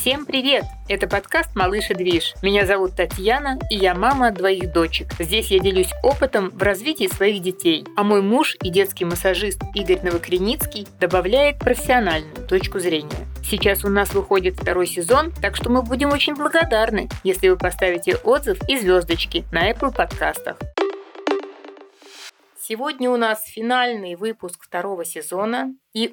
Всем привет! Это подкаст «Малыш и движ». Меня зовут Татьяна, и я мама двоих дочек. Здесь я делюсь опытом в развитии своих детей. А мой муж и детский массажист Игорь Новокреницкий добавляет профессиональную точку зрения. Сейчас у нас выходит второй сезон, так что мы будем очень благодарны, если вы поставите отзыв и звездочки на Apple подкастах. Сегодня у нас финальный выпуск второго сезона и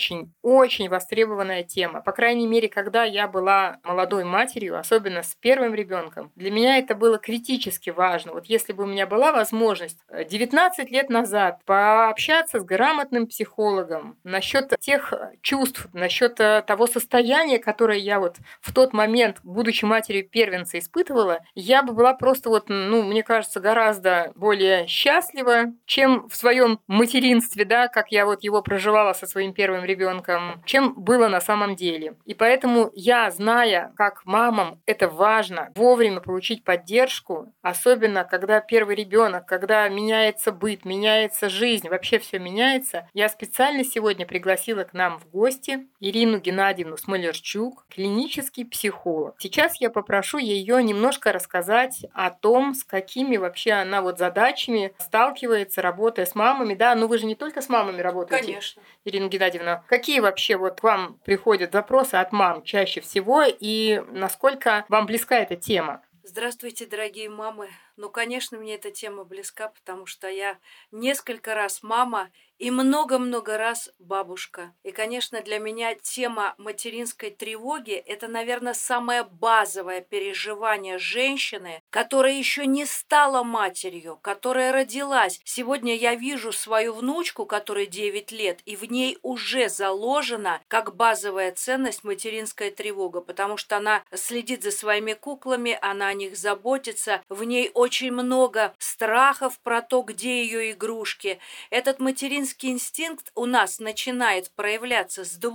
очень востребованная тема. По крайней мере, когда я была молодой матерью, особенно с первым ребенком, для меня это было критически важно. Вот если бы у меня была возможность 19 лет назад пообщаться с грамотным психологом насчет тех чувств, насчет того состояния, которое я вот в тот момент, будучи матерью первенца, испытывала, я бы была просто мне кажется, гораздо более счастлива, чем в своем материнстве, да, как я вот его проживала со своим первым ребенком, чем было на самом деле. И поэтому я, зная, как мамам это важно, вовремя получить поддержку, особенно когда первый ребенок, когда меняется быт, меняется жизнь, вообще все меняется, я специально сегодня пригласила к нам в гости Ирину Геннадьевну Смолерчук, клинический психолог. Сейчас я попрошу ее немножко рассказать о том, с какими вообще она вот задачами сталкивается, работая с мамами. Да, вы же не только с мамами работаете. Конечно. Ирина Геннадьевна, какие вообще вот к вам приходят запросы от мам чаще всего и насколько вам близка эта тема? Здравствуйте, дорогие мамы. Конечно, мне эта тема близка, потому что я несколько раз мама и много-много раз бабушка. И, конечно, для меня тема материнской тревоги – это, наверное, самое базовое переживание женщины, которая еще не стала матерью, которая родилась. Сегодня я вижу свою внучку, которой 9 лет, и в ней уже заложена как базовая ценность материнская тревога, потому что она следит за своими куклами, она о них заботится, в ней очень много страхов про то, где ее игрушки. Этот материнский инстинкт у нас начинает проявляться с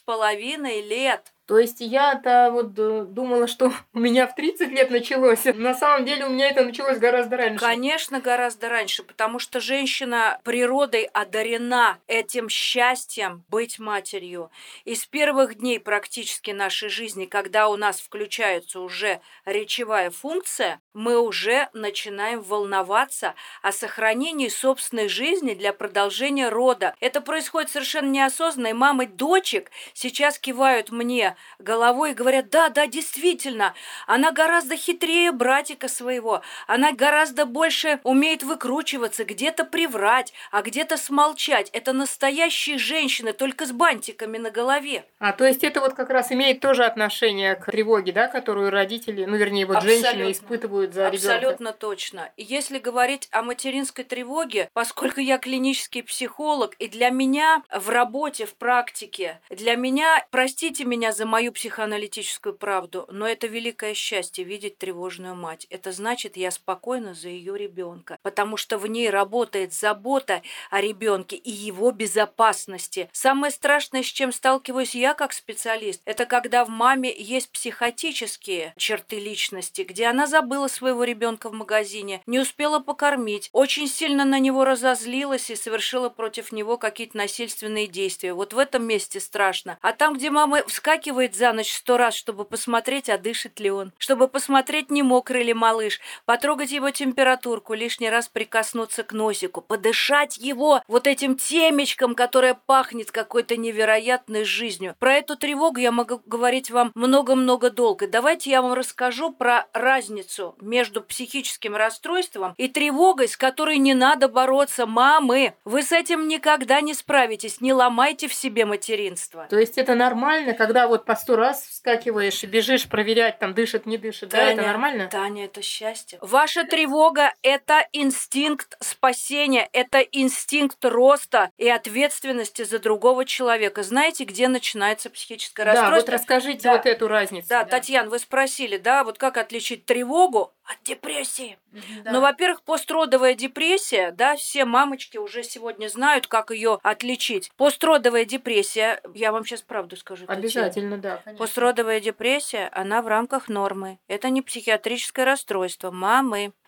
2,5 лет. То есть я-то думала, что у меня в 30 лет началось. На самом деле у меня это началось гораздо раньше. Конечно, гораздо раньше, потому что женщина природой одарена этим счастьем быть матерью. И с первых дней практически нашей жизни, когда у нас включается уже речевая функция, мы уже начинаем волноваться о сохранении собственной жизни для продолжения рода. Это происходит совершенно неосознанно, и мамы дочек сейчас кивают мне головой и говорят: да, действительно, она гораздо хитрее братика своего, она гораздо больше умеет выкручиваться, где-то приврать, а где-то смолчать. Это настоящие женщины, только с бантиками на голове. То есть это как раз имеет тоже отношение к тревоге, да, которую родители, женщины испытывают за ребенка. Абсолютно точно. И если говорить о материнской тревоге, поскольку я клинический психолог, и для меня в работе, в практике, для меня, простите меня за мою психоаналитическую правду, но это великое счастье видеть тревожную мать. Это значит, я спокойна за ее ребенка, потому что в ней работает забота о ребенке и его безопасности. Самое страшное, с чем сталкиваюсь я как специалист, это когда в маме есть психотические черты личности, где она забыла своего ребенка в магазине, не успела покормить, очень сильно на него разозлилась и совершила против него какие-то насильственные действия. Вот в этом месте страшно. А там, где мама вскакивает за ночь 100 раз, чтобы посмотреть, а дышит ли он, чтобы посмотреть, не мокрый ли малыш, потрогать его температурку, лишний раз прикоснуться к носику, подышать его этим темечком, которое пахнет какой-то невероятной жизнью. Про эту тревогу я могу говорить вам много-много долго. Давайте я вам расскажу про разницу между психическим расстройством и тревогой, с которой не надо бороться. Мамы, вы с этим никогда не справитесь, не ломайте в себе материнство. То есть это нормально, когда по 100 раз вскакиваешь и бежишь проверять, там дышит, не дышит, Таня, да, это нормально? Таня, это счастье. Ваша тревога – это инстинкт спасения, это инстинкт роста и ответственности за другого человека. Знаете, где начинается психическое расстройство? Да, расскажите эту разницу. Да, Татьяна, вы спросили, как отличить тревогу от депрессии? Да. Во-первых, постродовая депрессия, все мамочки уже сегодня знают, как ее отличить. Постродовая депрессия, я вам сейчас правду скажу, Татьяна. Обязательно, да, конечно. Постродовая депрессия, она в рамках нормы. Это не психиатрическое расстройство. Мамы,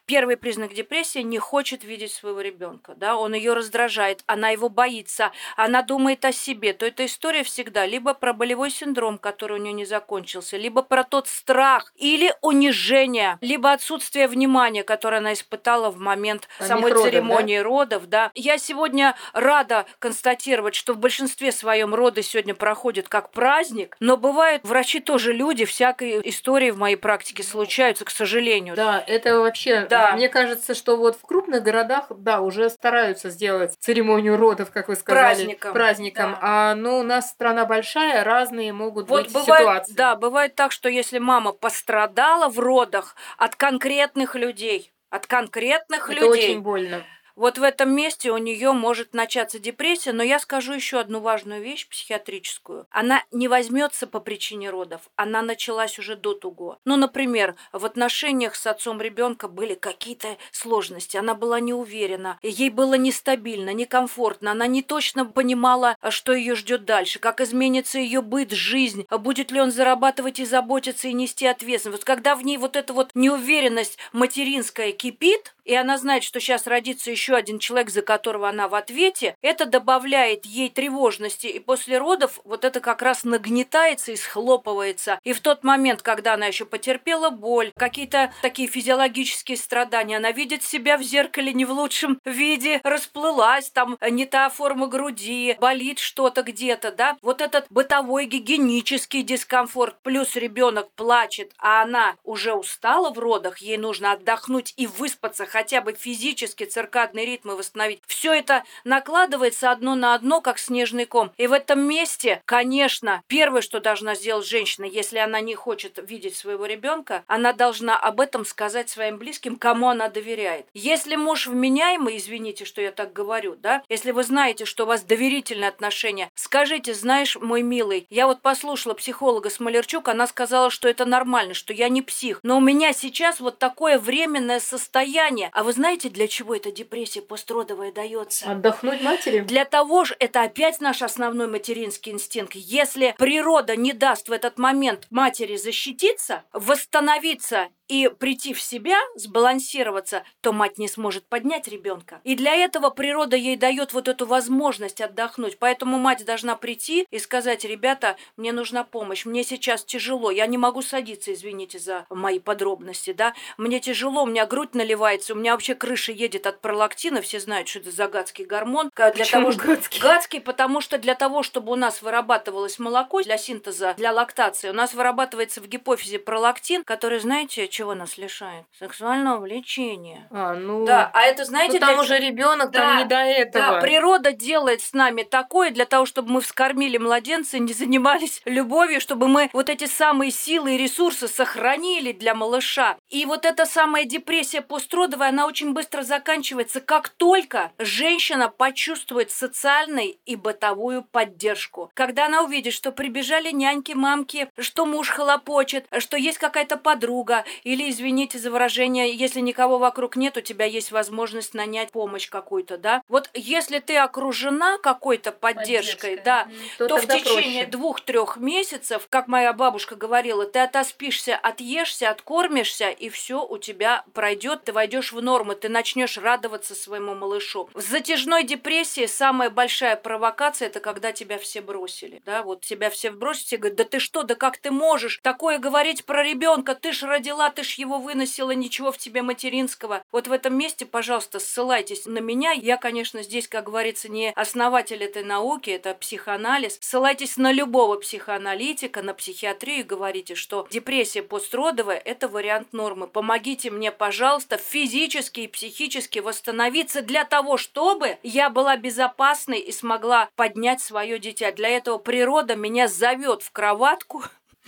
Первый признак депрессии — не хочет видеть своего ребенка, да, он ее раздражает, она его боится, она думает о себе, то эта история всегда либо про болевой синдром, который у нее не закончился, либо про тот страх или унижение, либо отсутствие внимания, которое она испытала в момент самой родов, церемонии родов, да. Я сегодня рада констатировать, что в большинстве своем роды сегодня проходят как праздник, но бывают врачи тоже люди, всякие истории в моей практике случаются, к сожалению. Да, это вообще, Да. мне кажется, что вот в крупных городах, да, уже стараются сделать церемонию родов, как вы сказали, праздником. Да. Но у нас страна большая, разные могут Вот быть бывает, ситуации. да, бывает так, что если мама пострадала в родах от конкретных людей, Это людей, очень больно. вот в этом месте у нее может начаться депрессия, но я скажу еще одну важную вещь психиатрическую. Она не возьмется по причине родов, она началась уже до того. Ну, например, в отношениях с отцом ребенка были какие-то сложности, она была не уверена, ей было нестабильно, некомфортно, она не точно понимала, что ее ждет дальше, как изменится ее быт, жизнь, будет ли он зарабатывать и заботиться и нести ответственность. Вот когда в ней вот эта вот неуверенность материнская кипит, и она знает, что сейчас родится еще один человек, за которого она в ответе, это добавляет ей тревожности, и после родов вот это как раз нагнетается и схлопывается. И в тот момент, когда она еще потерпела боль, какие-то такие физиологические страдания, она видит себя в зеркале не в лучшем виде, расплылась, там не та форма груди, болит что-то где-то, да, вот этот бытовой гигиенический дискомфорт, плюс ребенок плачет, а она уже устала в родах, ей нужно отдохнуть и выспаться, хотя бы физически циркадные ритмы восстановить. Все это накладывается одно на одно, как снежный ком. И в этом месте, конечно, первое, что должна сделать женщина, если она не хочет видеть своего ребенка, она должна об этом сказать своим близким, кому она доверяет. Если муж вменяемый, извините, что я так говорю, да, если вы знаете, что у вас доверительные отношения, скажите: знаешь, мой милый, я вот послушала психолога Смолерчук, она сказала, что это нормально, что я не псих, но у меня сейчас вот такое временное состояние. А вы знаете, для чего эта депрессия постродовая дается? Отдохнуть матери? Для того же, это опять наш основной материнский инстинкт. Если природа не даст в этот момент матери защититься, восстановиться и прийти в себя, сбалансироваться, то мать не сможет поднять ребенка. И для этого природа ей дает вот эту возможность отдохнуть. Поэтому мать должна прийти и сказать: ребята, мне нужна помощь, мне сейчас тяжело, я не могу садиться, извините за мои подробности, да, мне тяжело, у меня грудь наливается, у меня вообще крыша едет от пролактина, все знают, что это за гадский гормон. Почему гадский? Гадский, потому что для того, чтобы у нас вырабатывалось молоко для синтеза, для лактации, у нас вырабатывается в гипофизе пролактин, который, знаете, чего нас лишает? Сексуального влечения. Да, а это, знаете, там уже ребенок, там не до этого. Да, природа делает с нами такое для того, чтобы мы вскормили младенца, не занимались любовью, чтобы мы вот эти самые силы и ресурсы сохранили для малыша. И вот эта самая депрессия постродовая, она очень быстро заканчивается, как только женщина почувствует социальную и бытовую поддержку. Когда она увидит, что прибежали няньки, мамки, что муж хлопочет, что есть какая-то подруга, или, извините за выражение, если никого вокруг нет, у тебя есть возможность нанять помощь какую-то, да. Вот если ты окружена какой-то поддержкой, да, то в течение 2-3 месяцев, как моя бабушка говорила, ты отоспишься, отъешься, откормишься, и все у тебя пройдет, ты войдешь в норму, ты начнешь радоваться своему малышу. В затяжной депрессии самая большая провокация — это когда тебя все бросили, да, вот тебя все бросили, все говорят: да ты что, да как ты можешь такое говорить про ребенка, ты ж родила, ты ж его выносила, ничего в тебе материнского. Вот в этом месте, пожалуйста, ссылайтесь на меня. Я, конечно, здесь, как говорится, не основатель этой науки, это психоанализ. Ссылайтесь на любого психоаналитика, на психиатрию и говорите, что депрессия постродовая — это вариант нормы. Помогите мне, пожалуйста, физически и психически восстановиться для того, чтобы я была безопасной и смогла поднять свое дитя. Для этого природа меня зовет в кроватку,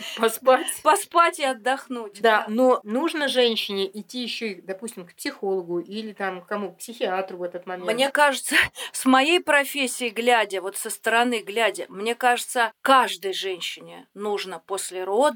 поспать и отдохнуть. Да, но нужно женщине идти еще, допустим, к психологу или там к психиатру в этот момент. Мне кажется, с моей профессией глядя, вот со стороны глядя, мне кажется, каждой женщине нужно после родов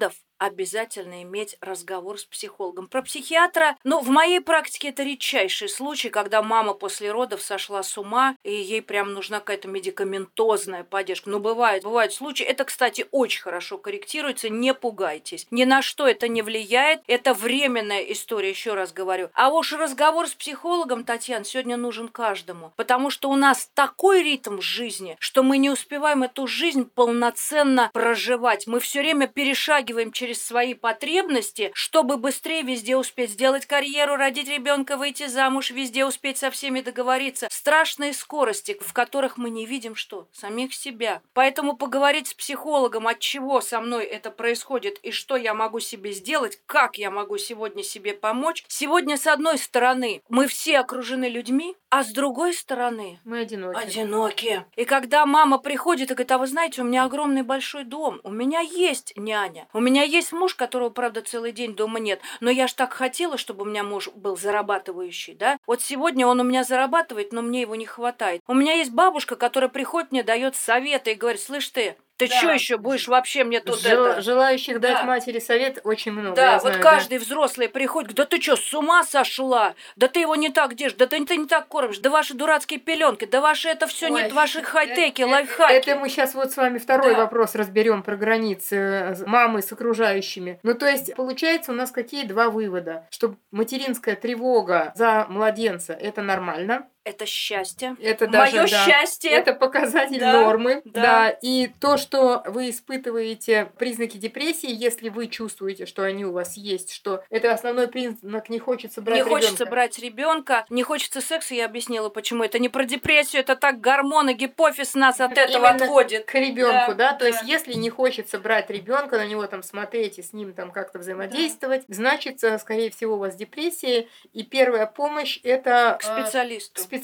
обязательно иметь разговор с психологом. Про психиатра, в моей практике это редчайший случай, когда мама после родов сошла с ума, и ей прям нужна какая-то медикаментозная поддержка. Бывают случаи. Это, кстати, очень хорошо корректируется, не пугайтесь. Ни на что это не влияет, это временная история, еще раз говорю. А уж разговор с психологом, Татьяна, сегодня нужен каждому, потому что у нас такой ритм жизни, что мы не успеваем эту жизнь полноценно проживать. Мы все время перешагиваем через свои потребности, чтобы быстрее везде успеть сделать карьеру, родить ребенка, выйти замуж, везде успеть со всеми договориться. Страшные скорости, в которых мы не видим что? Самих себя. Поэтому поговорить с психологом, от чего со мной это происходит и что я могу себе сделать, как я могу сегодня себе помочь. Сегодня, с одной стороны, мы все окружены людьми, а с другой стороны... Мы одиноки. Одиноки. И когда мама приходит и говорит, а вы знаете, у меня огромный большой дом, у меня есть няня, у меня есть муж, которого, правда, целый день дома нет, но я ж так хотела, чтобы у меня муж был зарабатывающий, да? Вот сегодня он у меня зарабатывает, но мне его не хватает. У меня есть бабушка, которая приходит мне, дает советы и говорит, слышь ты что еще будешь вообще мне тут это... Желающих дать матери совет очень много. Да, вот каждый взрослый приходит, да ты что, с ума сошла? Да ты его не так держишь, да ты не так кормишь, да ваши дурацкие пеленки, да ваши это все нет, ваши хай-теки, лайфхаки. Это мы сейчас вот с вами второй вопрос разберем про границы мамы с окружающими. То есть, получается, у нас какие два вывода? Что материнская тревога за младенца – это нормально. Это счастье. Это даже, моё счастье. Это показатель нормы. Да. И то, что вы испытываете признаки депрессии, если вы чувствуете, что они у вас есть, что это основной признак, не хочется брать ребенка. Не хочется брать ребенка, не хочется секса, я объяснила, почему. Это не про депрессию, это так гормоны, гипофиз нас от этого отводит. К ребенку, да? То есть, если не хочется брать ребенка, на него там смотреть и с ним там как-то взаимодействовать, значит, скорее всего, у вас депрессия. И первая помощь это к специалисту.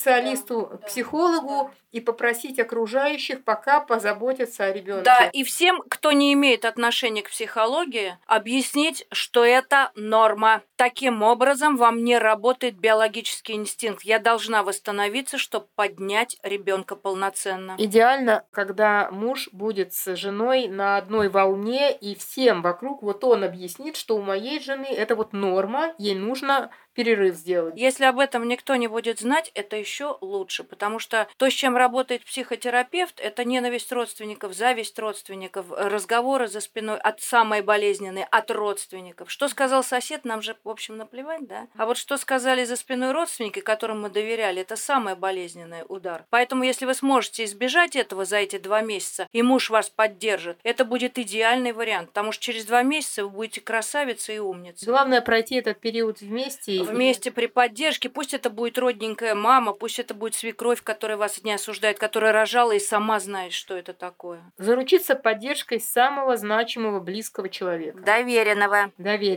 К психологу и попросить окружающих пока позаботиться о ребенке. Да, и всем, кто не имеет отношения к психологии, объяснить, что это норма. Таким образом, во мне работает биологический инстинкт. Я должна восстановиться, чтобы поднять ребенка полноценно. Идеально, когда муж будет с женой на одной волне, и всем вокруг вот он объяснит, что у моей жены это вот норма, ей нужно перерыв сделать. Если об этом никто не будет знать, это еще лучше, потому что то, с чем работает психотерапевт, это ненависть родственников, зависть родственников, разговоры за спиной от самой болезненной, от родственников. Что сказал сосед, нам же, в общем, наплевать, да? А вот что сказали за спиной родственники, которым мы доверяли, это самый болезненный удар. Поэтому, если вы сможете избежать этого за эти 2 месяца, и муж вас поддержит, это будет идеальный вариант, потому что через 2 месяца вы будете красавица и умница. Главное пройти этот период вместе. Вместе при поддержке, пусть это будет родненькая мама, пусть это будет свекровь, которая вас не осуждает, которая рожала и сама знает, что это такое. Заручиться поддержкой самого значимого близкого человека. Доверенного,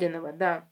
да.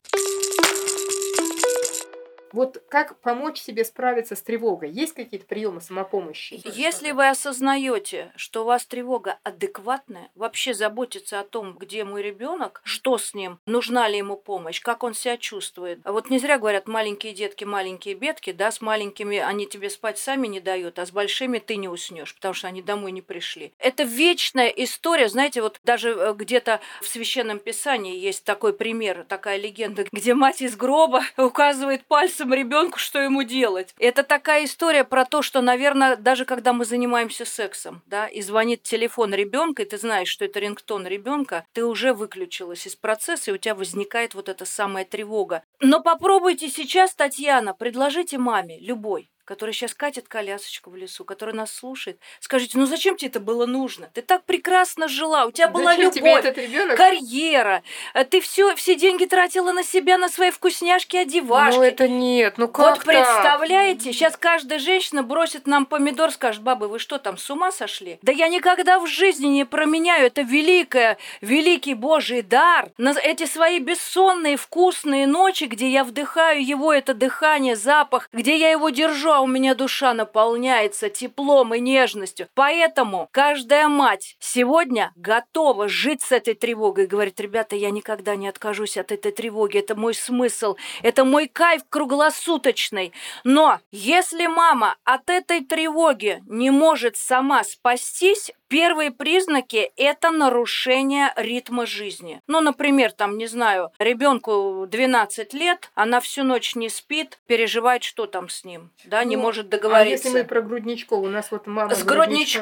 Вот как помочь себе справиться с тревогой? Есть какие-то приемы самопомощи? Если вы осознаете, что у вас тревога адекватная, вообще заботиться о том, где мой ребенок, что с ним, нужна ли ему помощь, как он себя чувствует. А вот не зря говорят, маленькие детки, маленькие бедки, да, с маленькими они тебе спать сами не дают, а с большими ты не уснешь, потому что они домой не пришли. Это вечная история, знаете, вот даже где-то в Священном Писании есть такой пример, такая легенда, где мать из гроба указывает пальцем ребенку, что ему делать. Это такая история про то, что, наверное, даже когда мы занимаемся сексом, да, и звонит телефон ребенка, и ты знаешь, что это рингтон ребенка, ты уже выключилась из процесса, и у тебя возникает вот эта самая тревога. Но попробуйте сейчас, Татьяна, предложите маме, любой, который сейчас катит колясочку в лесу, который нас слушает, скажите, ну зачем тебе это было нужно? Ты так прекрасно жила, у тебя была любовь, карьера, ты все деньги тратила на себя, на свои вкусняшки, одевашки. Ну это нет, ну как вот представляете, сейчас каждая женщина бросит нам помидор, скажет, бабы, вы что там, с ума сошли? Да я никогда в жизни не променяю, это великий Божий дар, на эти свои бессонные, вкусные ночи, где я вдыхаю его, это дыхание, запах, где я его держу, у меня душа наполняется теплом и нежностью. Поэтому каждая мать сегодня готова жить с этой тревогой и говорит: ребята, я никогда не откажусь от этой тревоги, это мой смысл, это мой кайф круглосуточный. Но если мама от этой тревоги не может сама спастись, первые признаки – это нарушение ритма жизни. Ну, например, там, не знаю, ребенку 12 лет, она всю ночь не спит, переживает, что там с ним, да, не может договориться. А если мы про грудничков, у нас вот мама с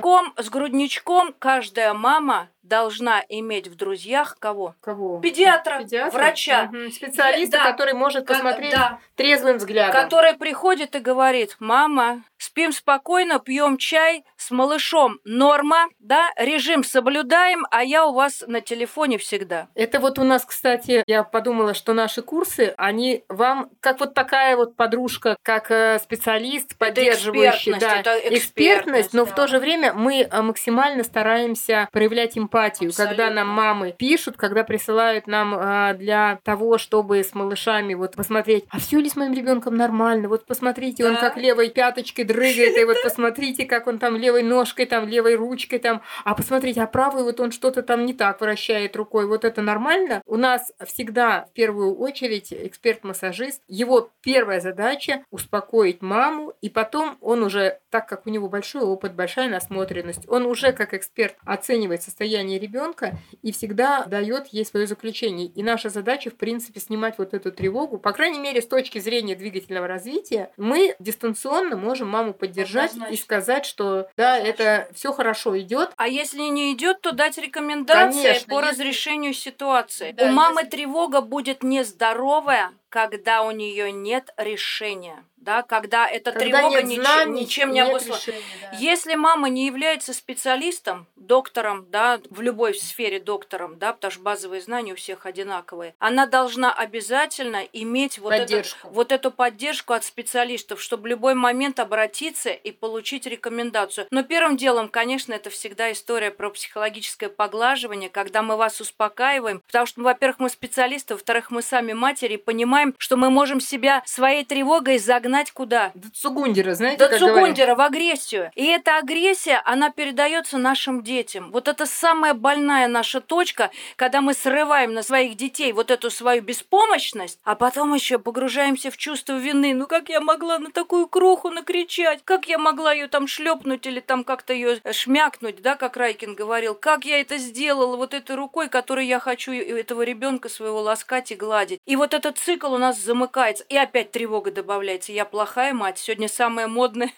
грудничком каждая мама должна иметь в друзьях кого? Педиатра, врача. Специалиста, который может посмотреть трезвым взглядом. Который приходит и говорит: мама, спим спокойно, пьем чай с малышом. Норма, да, режим соблюдаем, а я у вас на телефоне всегда. Это вот у нас, кстати, я подумала, что наши курсы, они вам как вот такая вот подружка, как специалист, поддерживающий, экспертность, но в то же время мы максимально стараемся проявлять эмпатию. Когда нам мамы пишут, когда присылают нам для того, чтобы с малышами вот посмотреть, а все ли с моим ребенком нормально, вот посмотрите, он как левой пяточкой дрыгает, и вот посмотрите, как он там левой ножкой, там левой ручкой, там, а посмотрите, а правой вот он что-то там не так вращает рукой, вот это нормально. У нас всегда в первую очередь эксперт-массажист, его первая задача успокоить маму, и потом он уже, так как у него большой опыт, большая насмотренность, он уже как эксперт оценивает состояние ребенка и всегда дает ей свое заключение. И наша задача, в принципе, снимать вот эту тревогу. По крайней мере, с точки зрения двигательного развития, мы дистанционно можем маму поддержать и сказать, что да, это все хорошо идет. А если не идет, то дать рекомендации по разрешению ситуации. Да, у мамы тревога будет нездоровая, когда у нее нет решения. Да, когда эта тревога ничем не обусловлена. Да. Если мама не является специалистом, доктором, да, в любой сфере доктором, да, потому что базовые знания у всех одинаковые, она должна обязательно иметь вот эту поддержку от специалистов, чтобы в любой момент обратиться и получить рекомендацию. Но первым делом, конечно, это всегда история про психологическое поглаживание, когда мы вас успокаиваем, потому что, во-первых, мы специалисты, во-вторых, мы сами матери, понимаем, что мы можем себя своей тревогой загнать куда? До цугундера, знаете, до цугундера, в агрессию. И эта агрессия, она передается нашим детям. Вот это самая больная наша точка, когда мы срываем на своих детей вот эту свою беспомощность, а потом еще погружаемся в чувство вины. Ну как я могла на такую кроху накричать? Как я могла ее там шлепнуть или там как-то ее шмякнуть, да, как Райкин говорил? Как я это сделала вот этой рукой, которой я хочу этого ребенка своего ласкать и гладить? И вот этот цикл у нас замыкается, и опять тревога добавляется. Я плохая мать. Сегодня самая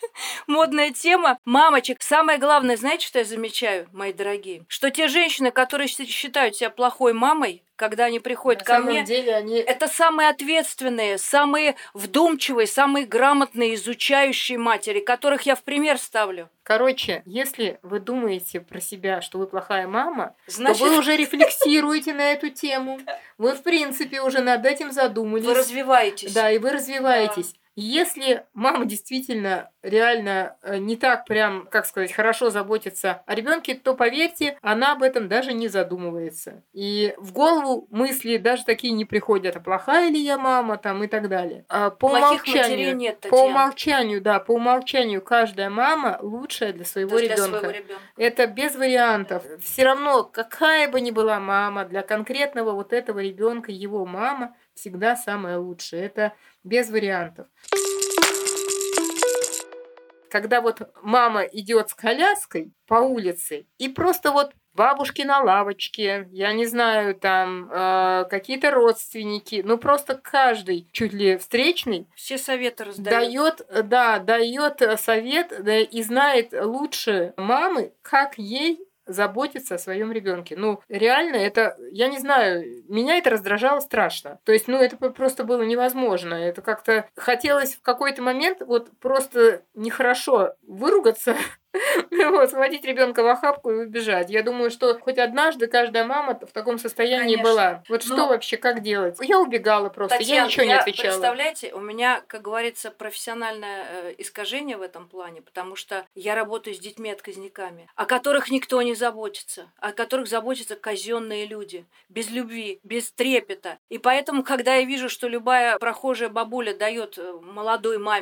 модная тема мамочек. Самое главное, знаете, что я замечаю, мои дорогие? Что те женщины, которые считают себя плохой мамой, когда они приходят ко мне, это самые ответственные, самые вдумчивые, самые грамотные, изучающие матери, которых я в пример ставлю. Короче, если вы думаете про себя, что вы плохая мама, то вы уже рефлексируете на эту тему. Вы, в принципе, уже над этим задумались. Вы развиваетесь. Да, и вы развиваетесь. Если мама действительно реально не так прям, как сказать, хорошо заботится о ребенке, то, поверьте, она об этом даже не задумывается. И в голову мысли даже такие не приходят, а плохая ли я мама там и так далее. По умолчанию, нет, по умолчанию каждая мама лучшая для своего ребенка. Это без вариантов. Все равно, какая бы ни была мама, для конкретного вот этого ребенка его мама всегда самая лучшая. Это без вариантов. Когда вот мама идет с коляской по улице и просто вот бабушки на лавочке, я не знаю, там какие-то родственники, ну просто каждый чуть ли встречный все советы раздает. Дает совет, да, и знает лучше мамы, как ей заботиться о своем ребенке. Ну, реально, это, я не знаю, меня это раздражало страшно. То есть, это просто было невозможно. Это как-то хотелось в какой-то момент вот просто нехорошо выругаться, схватить ребенка в охапку и убежать. Я думаю, что хоть однажды каждая мама в таком состоянии была. Вот что вообще, как делать? Я убегала просто, Татьяна, я ничего не отвечала. Представляете, у меня, как говорится, профессиональное искажение в этом плане, потому что я работаю с детьми-отказниками, о которых никто не заботится, о которых заботятся казенные люди, без любви, без трепета. И поэтому, когда я вижу, что любая прохожая бабуля дает молодой маме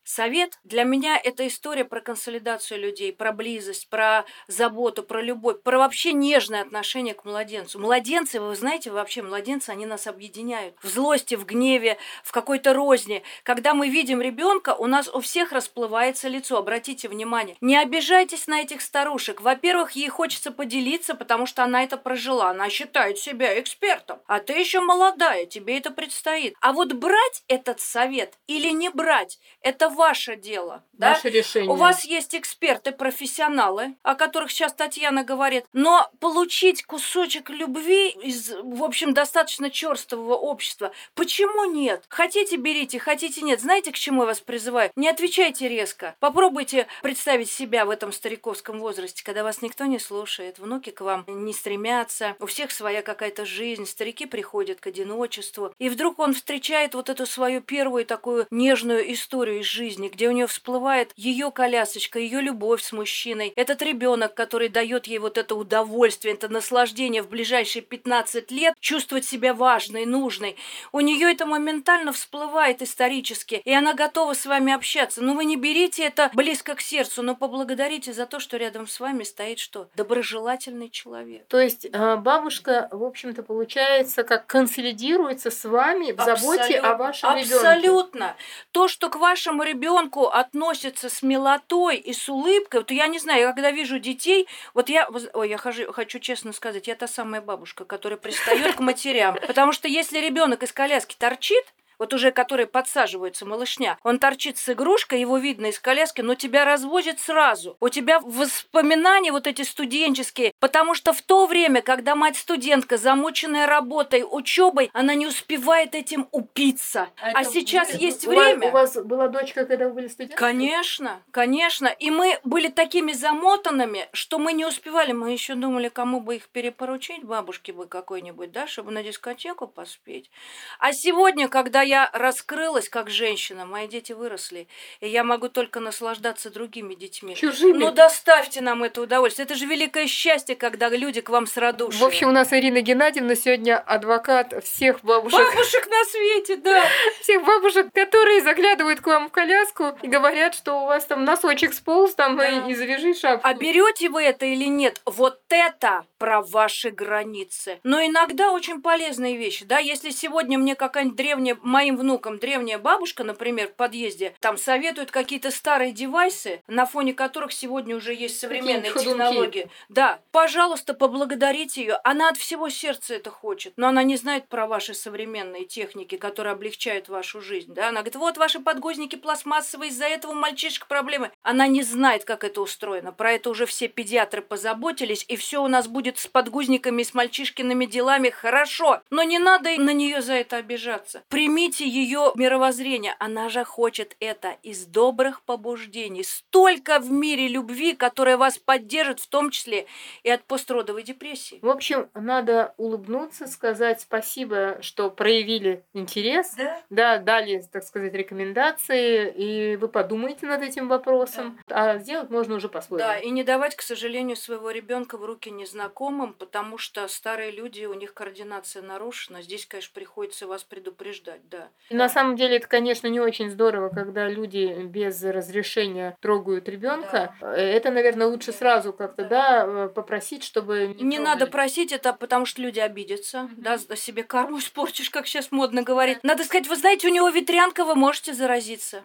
Совет для меня это история про консолидацию людей, про близость, про заботу, про любовь, про вообще нежное отношение к младенцу. Младенцы, вы знаете, вообще младенцы, они нас объединяют. В злости, в гневе, в какой-то розни. Когда мы видим ребенка, у нас у всех расплывается лицо. Обратите внимание. Не обижайтесь на этих старушек. Во-первых, ей хочется поделиться, потому что она это прожила. Она считает себя экспертом. А ты еще молодая, тебе это предстоит. А вот брать этот совет или не брать, это ваше дело. Да? Ваше решение. У вас есть эксперты, профессионалы, о которых сейчас Татьяна говорит, но получить кусочек любви из, в общем, достаточно черствого общества, почему нет? Хотите, берите, хотите, нет. Знаете, к чему я вас призываю? Не отвечайте резко. Попробуйте представить себя в этом стариковском возрасте, когда вас никто не слушает, внуки к вам не стремятся, у всех своя какая-то жизнь, старики приходят к одиночеству, и вдруг он встречает вот эту свою первую такую нежную историю из жизни, где у нее всплывает ее колясочка, ее любовь с мужчиной, этот ребенок, который дает ей вот это удовольствие, это наслаждение в ближайшие 15 лет, чувствовать себя важной, нужной. У нее это моментально всплывает исторически, и она готова с вами общаться. Но вы не берите это близко к сердцу, но поблагодарите за то, что рядом с вами стоит что? Доброжелательный человек. То есть бабушка, в общем-то, получается, как консолидируется с вами в заботе о вашем ребенке. Абсолютно. То, что к вашему ребенку относится с милотой и с улыбкой, вот я не знаю, я когда вижу детей, вот я хочу честно сказать, я та самая бабушка, которая пристает к матерям, потому что если ребенок из коляски торчит, вот уже который подсаживается, малышня, он торчит с игрушкой, его видно из коляски, но тебя развозит сразу. У тебя воспоминания вот эти студенческие, потому что в то время, когда мать-студентка, замученная работой, учебой, она не успевает этим упиться. А сейчас есть время. У вас была дочка, когда вы были студентами? Конечно, конечно. И мы были такими замотанными, что мы не успевали. Мы еще думали, кому бы их перепоручить, бабушке бы какой-нибудь, да, чтобы на дискотеку поспеть. А сегодня, когда я раскрылась как женщина, мои дети выросли, и я могу только наслаждаться другими детьми. Чужими. Ну, доставьте нам это удовольствие. Это же великое счастье, когда люди к вам с радушием. В общем, у нас Ирина Геннадьевна сегодня адвокат всех бабушек. Бабушек на свете, да. Всех бабушек, которые заглядывают к вам в коляску и говорят, что у вас там носочек сполз там и завяжи шапку. А берете вы это или нет? Вот это про ваши границы. Но иногда очень полезные вещи, да. Если сегодня мне какая-нибудь древняя, моим внукам древняя бабушка, например, в подъезде, там советуют какие-то старые девайсы, на фоне которых сегодня уже есть современные технологии. Да, пожалуйста, поблагодарите ее. Она от всего сердца это хочет, но она не знает про ваши современные техники, которые облегчают вашу жизнь. Да? Она говорит, вот ваши подгузники пластмассовые, из-за этого у мальчишек проблемы. Она не знает, как это устроено. Про это уже все педиатры позаботились, и все у нас будет с подгузниками и с мальчишкиными делами хорошо. Но не надо на нее за это обижаться. Примите ее мировоззрение. Она же хочет это из добрых побуждений. Столько в мире любви, которая вас поддержит, в том числе и от постродовой депрессии. В общем, надо улыбнуться, сказать спасибо, что проявили интерес. Да, дали, так сказать, рекомендации, и вы подумаете над этим вопросом. Да. А сделать можно уже по-своему. Да, и не давать, к сожалению, своего ребенка в руки незнакомым, потому что старые люди, у них координация нарушена. Здесь, конечно, приходится вас предупреждать, да. И на самом деле это, конечно, не очень здорово, когда люди без разрешения трогают ребенка. Да. Это, наверное, лучше сразу как-то, попросить, чтобы не надо просить это, потому что люди обидятся, да, себе карму испортишь, как сейчас модно говорить. Надо сказать, вы знаете, у него ветрянка, вы можете заразиться.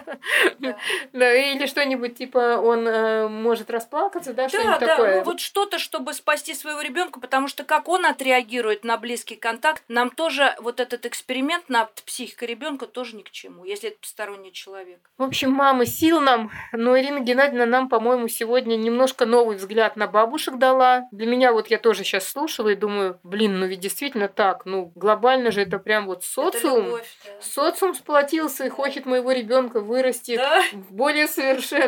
Да, или что-нибудь типа он может расплакаться, да, что-нибудь такое. Да, ну вот что-то, чтобы спасти своего ребенка, потому что как он отреагирует на близкий контакт, нам тоже вот этот эксперимент над психикой ребенка тоже ни к чему, если это посторонний человек. В общем, мамы, сил нам, но Ирина Геннадьевна нам, по-моему, сегодня немножко новый взгляд на бабушек дала. Для меня вот я тоже сейчас слушала и думаю, ну ведь действительно так, глобально же это прям вот социум. Любовь, да. Социум сплотился и хочет моего ребенка вырасти более совершенным.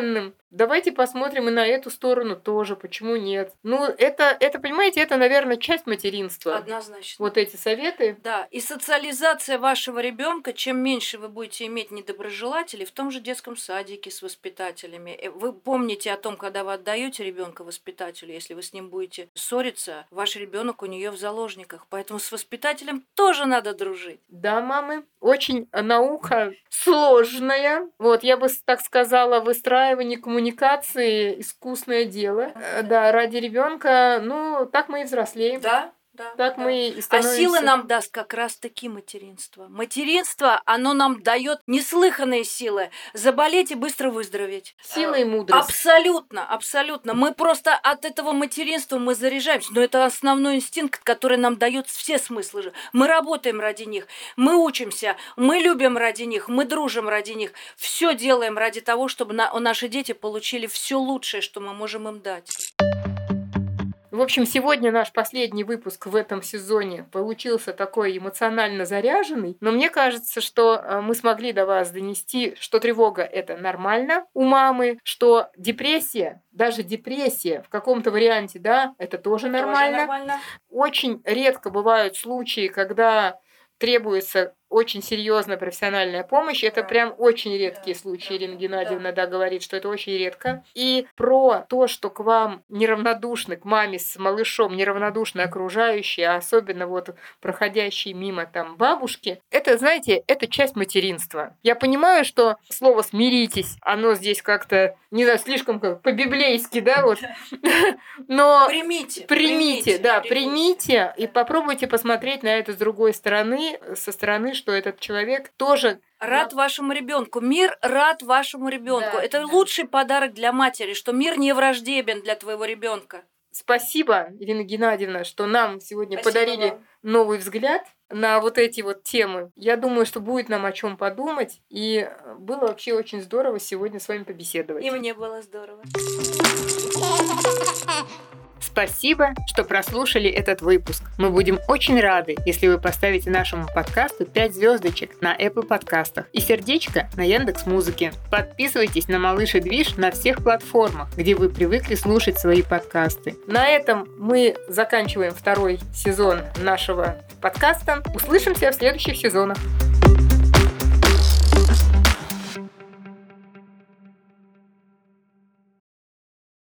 Давайте посмотрим и на эту сторону тоже, почему нет. Ну, это, понимаете, это, наверное, часть материнства. Однозначно. Вот эти советы. Да, и социализация вашего ребенка, чем меньше вы будете иметь недоброжелателей в том же детском садике с воспитателями. Вы помните о том, когда вы отдаете ребенка воспитателю, если вы с ним будете ссориться, ваш ребенок у нее в заложниках. Поэтому с воспитателем тоже надо дружить. Да, мамы, очень наука сложная. Вот, я бы так сказала, выстраивание коммуникации искусное дело. Да, ради ребенка, ну, так мы и взрослеем. Да. Так мы и становимся. А силы нам даст как раз-таки материнство. Материнство, оно нам дает неслыханные силы. Заболеть и быстро выздороветь. Сила и мудрость. Абсолютно. Мы просто от этого материнства мы заряжаемся. Но это основной инстинкт, который нам дает все смыслы же. Мы работаем ради них, мы учимся, мы любим ради них, мы дружим ради них. Все делаем ради того, чтобы наши дети получили все лучшее, что мы можем им дать. В общем, сегодня наш последний выпуск в этом сезоне получился такой эмоционально заряженный, но мне кажется, что мы смогли до вас донести, что тревога – это нормально у мамы, что депрессия, даже депрессия в каком-то варианте, да, это тоже нормально. Очень редко бывают случаи, когда требуется очень серьезная профессиональная помощь. Это прям очень редкие случаи. Ирина Геннадьевна говорит, что это очень редко. И про то, что к вам неравнодушны, к маме с малышом неравнодушны окружающие, а особенно вот проходящие мимо там бабушки, это, знаете, это часть материнства. Я понимаю, что слово «смиритесь», оно здесь как-то, не знаю, слишком как по-библейски, да, вот. Но примите и попробуйте посмотреть на это с другой стороны, со стороны, что этот человек тоже рад вашему ребенку. Мир рад вашему ребенку. Это лучший подарок для матери, что мир не враждебен для твоего ребенка. Спасибо, Ирина Геннадьевна, что нам сегодня подарили новый взгляд на вот эти вот темы. Я думаю, что будет нам о чем подумать. И было вообще очень здорово сегодня с вами побеседовать. И мне было здорово. Спасибо, что прослушали этот выпуск. Мы будем очень рады, если вы поставите нашему подкасту 5 звездочек на Apple подкастах и сердечко на Яндекс.Музыке. Подписывайтесь на Малыш и Движ на всех платформах, где вы привыкли слушать свои подкасты. На этом мы заканчиваем 2-й сезон нашего подкаста. Услышимся в следующих сезонах.